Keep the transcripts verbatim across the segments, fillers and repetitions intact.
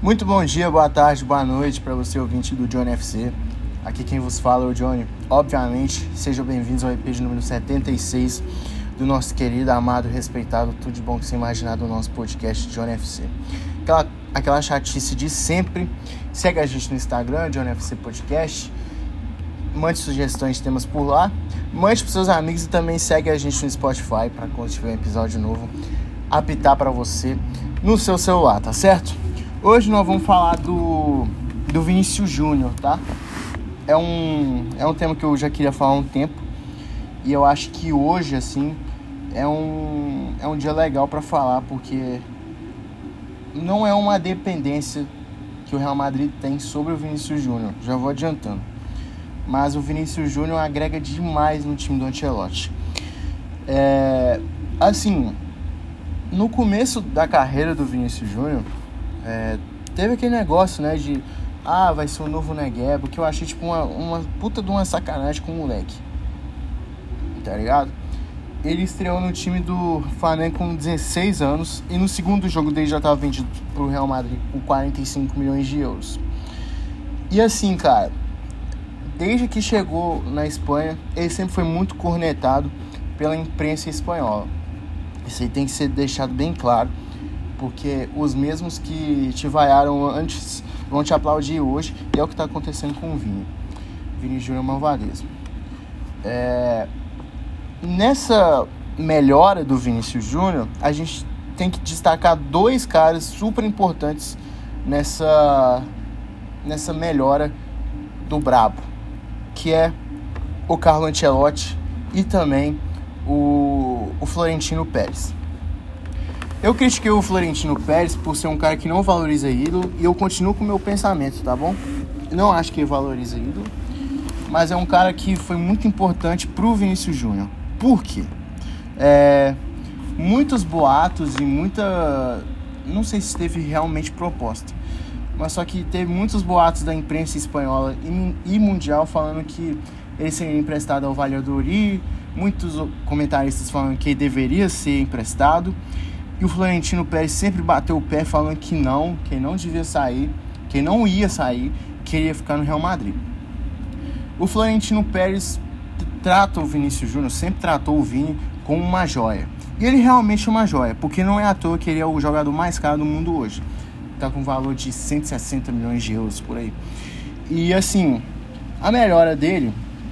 Muito bom dia, boa tarde, boa noite para você ouvinte do Johnny F C. Aqui quem vos fala é o Johnny. Obviamente, sejam bem-vindos ao E P de número setenta e seis do nosso querido, amado, respeitado, tudo de bom que você imaginar do nosso podcast Johnny F C. Aquela, aquela chatice de sempre. Segue a gente no Instagram, Johnny F C Podcast. Mande sugestões de temas por lá. Mande para seus amigos e também segue a gente no Spotify para quando tiver um episódio novo apitar para você no seu celular, tá certo? Hoje nós vamos falar do, do Vinícius Júnior, tá? É um, é um tema que eu já queria falar há um tempo e eu acho que hoje, assim, é um, é um dia legal para falar, porque não é uma dependência que o Real Madrid tem sobre o Vinícius Júnior, já vou adiantando. Mas o Vinícius Júnior agrega demais no time do Ancelotti. É, assim, no começo da carreira do Vinícius Júnior, é, teve aquele negócio, né, de ah, vai ser o novo Negueba, que eu achei tipo uma, uma puta de uma sacanagem com o moleque, tá ligado? Ele estreou no time do Flamengo com dezesseis anos e no segundo jogo dele já tava vendido pro Real Madrid com quarenta e cinco milhões de euros. E assim, cara, desde que chegou na Espanha, ele sempre foi muito cornetado pela imprensa espanhola. Isso aí tem que ser deixado bem claro, porque os mesmos que te vaiaram antes vão te aplaudir hoje, e é o que está acontecendo com o Vini. Vini Júnior Malvadeza. É... Nessa melhora do Vinícius Júnior, a gente tem que destacar dois caras super importantes nessa, nessa melhora do brabo, que é o Carlo Ancelotti e também o, o Florentino Pérez. Eu critiquei o Florentino Pérez por ser um cara que não valoriza ídolo, e eu continuo com o meu pensamento, tá bom? Não acho que ele valoriza ídolo, mas é um cara que foi muito importante pro Vinícius Júnior. Por quê? É, muitos boatos e muita... Não sei se teve realmente proposta, mas só que teve muitos boatos da imprensa espanhola e, e mundial falando que ele seria emprestado ao Valladolid, muitos comentaristas falando que ele deveria ser emprestado, e o Florentino Pérez sempre bateu o pé falando que não, que ele não devia sair, que ele não ia sair, que ele ia ficar no Real Madrid. O Florentino Pérez trata o Vinícius Júnior, sempre tratou o Vini como uma joia. E ele realmente é uma joia, porque não é à toa que ele é o jogador mais caro do mundo hoje. Tá com um valor de cento e sessenta milhões de euros por aí. E assim, a melhora dele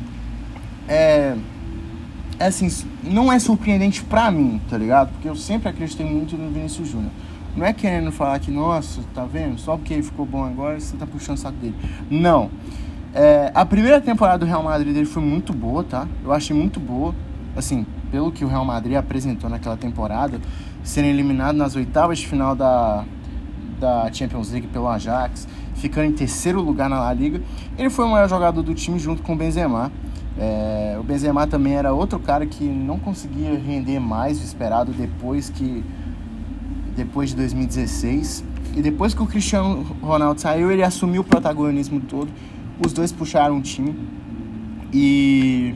é... É assim, não é surpreendente pra mim, tá ligado? Porque eu sempre acreditei muito no Vinícius Júnior. Não é querendo falar que, nossa, tá vendo? Só porque ele ficou bom agora, você tá puxando o saco dele. Não. É, a primeira temporada do Real Madrid dele foi muito boa, tá? Eu achei muito boa. Assim, pelo que o Real Madrid apresentou naquela temporada, sendo eliminado nas oitavas de final da, da Champions League pelo Ajax, ficando em terceiro lugar na La Liga. Ele foi o maior jogador do time junto com o Benzema. É, o Benzema também era outro cara que não conseguia render mais do esperado depois, que, depois de dois mil e dezesseis. E depois que o Cristiano Ronaldo saiu, ele assumiu o protagonismo todo. Os dois puxaram o time. E,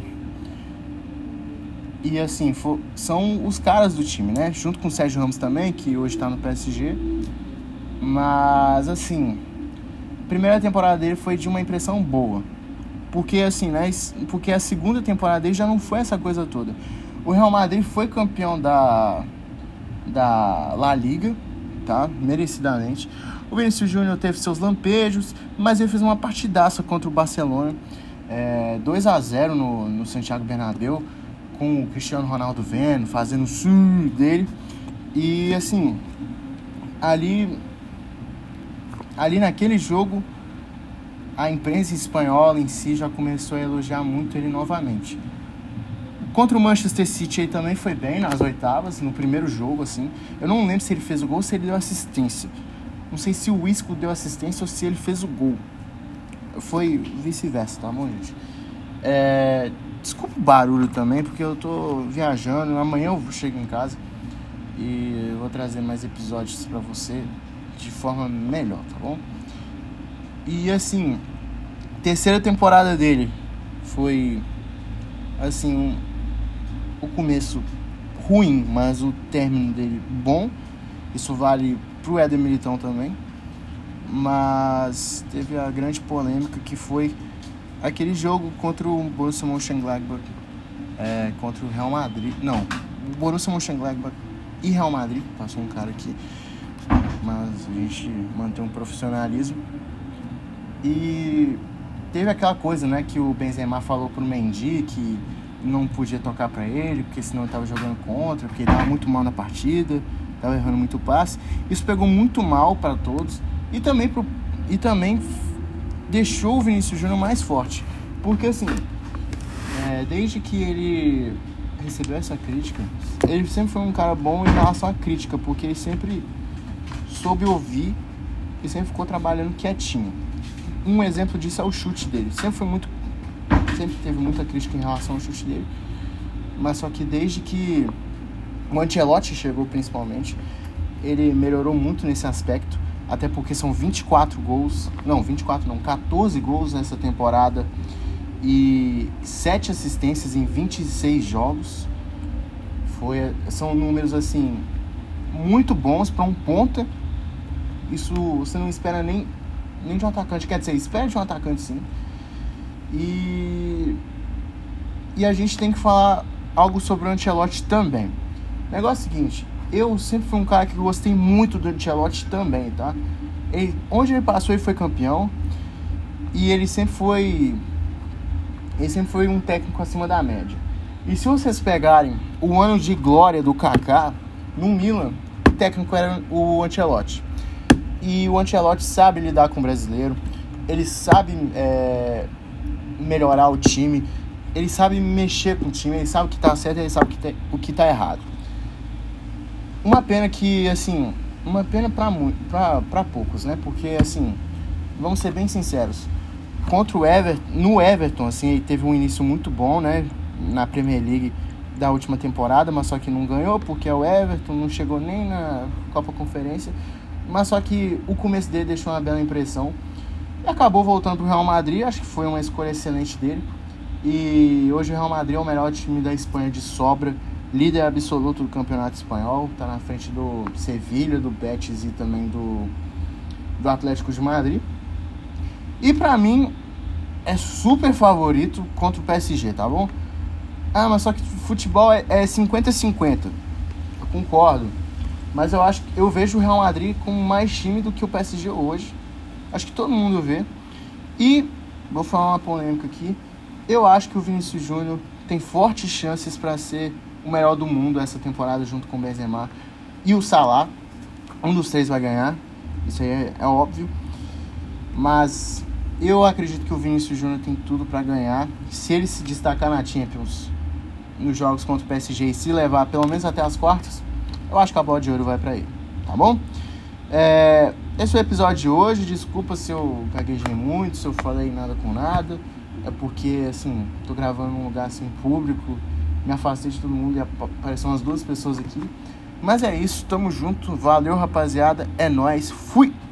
e assim, for, são os caras do time, né? Junto com o Sérgio Ramos também, que hoje tá no P S G. Mas assim, a primeira temporada dele foi de uma impressão boa. Porque assim, né? Porque a segunda temporada dele já não foi essa coisa toda. O Real Madrid foi campeão da, da La Liga, tá? Merecidamente. O Vinícius Júnior teve seus lampejos, mas ele fez uma partidaça contra o Barcelona. É, dois a zero no, no Santiago Bernabéu, com o Cristiano Ronaldo vendo, fazendo o sur dele. E assim, ali, ali naquele jogo, a imprensa espanhola em si já começou a elogiar muito ele novamente. Contra o Manchester City ele também foi bem nas oitavas, no primeiro jogo, assim. Eu não lembro se ele fez o gol ou se ele deu assistência. Não sei se o Isco deu assistência ou se ele fez o gol. Foi vice-versa, tá bom, gente? É... Desculpa o barulho também, porque eu tô viajando. Amanhã eu chego em casa e eu vou trazer mais episódios pra você de forma melhor, tá bom? E assim, terceira temporada dele foi, assim, um, o começo ruim, mas o término dele bom. Isso vale pro Éder Militão também. mas teve a grande polêmica que foi aquele jogo contra o Borussia Mönchengladbach, é, contra o Real Madrid. Não, o Borussia Mönchengladbach e Real Madrid, passou um cara aqui, mas a gente mantém um profissionalismo. E teve aquela coisa, né, que o Benzema falou pro Mendy que não podia tocar pra ele, porque senão ele tava jogando contra, porque ele tava muito mal na partida, tava errando muito passe. Isso pegou muito mal para todos e também, pro, e também deixou o Vinícius Júnior mais forte, porque assim, é, desde que ele recebeu essa crítica, ele sempre foi um cara bom em relação à crítica, porque ele sempre soube ouvir e sempre ficou trabalhando quietinho. Um exemplo disso é o chute dele. Sempre foi muito, sempre teve muita crítica em relação ao chute dele, mas só que desde que o Ancelotti chegou, principalmente, ele melhorou muito nesse aspecto, até porque são vinte e quatro gols, não, vinte e quatro não, catorze gols nessa temporada e sete assistências em vinte e seis jogos. Foi, são números assim muito bons para um ponta. Isso você não espera nem nem de um atacante, quer dizer, espera de um atacante sim. E e a gente tem que falar algo sobre o Ancelotti também. O negócio é o seguinte, eu sempre fui um cara que gostei muito do Ancelotti também, tá? Ele, onde ele passou, ele foi campeão. E ele sempre foi ele sempre foi um técnico acima da média. E se vocês pegarem o ano de glória do Kaká no Milan, o técnico era o Ancelotti. E o Ancelotti sabe lidar com o brasileiro, ele sabe é, melhorar o time, ele sabe mexer com o time, ele sabe o que tá certo e ele sabe o que tá, o que tá errado. Uma pena que, assim, uma pena pra, pra, pra poucos, né? Porque, assim, vamos ser bem sinceros, contra o Everton, no Everton, assim, ele teve um início muito bom, né? Na Premier League da última temporada, mas só que não ganhou porque o Everton não chegou nem na Copa Conferência. Mas só que o começo dele deixou uma bela impressão. E acabou voltando pro Real Madrid. Acho que foi uma escolha excelente dele. E hoje o Real Madrid é o melhor time da Espanha de sobra. Líder absoluto do campeonato espanhol. Tá na frente do Sevilla, do Betis e também do, do Atlético de Madrid. E pra mim é super favorito contra o P S G, tá bom? Ah, mas só que futebol é cinquenta a cinquenta. Eu concordo. Mas eu acho que eu vejo o Real Madrid como mais time do que o P S G hoje. Acho que todo mundo vê. E vou falar uma polêmica aqui. Eu acho que o Vinícius Júnior tem fortes chances para ser o melhor do mundo essa temporada, junto com o Benzema e o Salah. Um dos três vai ganhar. Isso aí é, é óbvio. Mas eu acredito que o Vinícius Júnior tem tudo para ganhar. Se ele se destacar na Champions, nos jogos contra o P S G, e se levar pelo menos até as quartas, eu acho que a bola de ouro vai pra ele, tá bom? É, esse é o episódio de hoje. Desculpa se eu gaguejei muito, se eu falei nada com nada. É porque, assim, tô gravando num lugar assim público, me afastei de todo mundo e apareceram umas duas pessoas aqui. Mas é isso, tamo junto. Valeu, rapaziada. É nóis. Fui!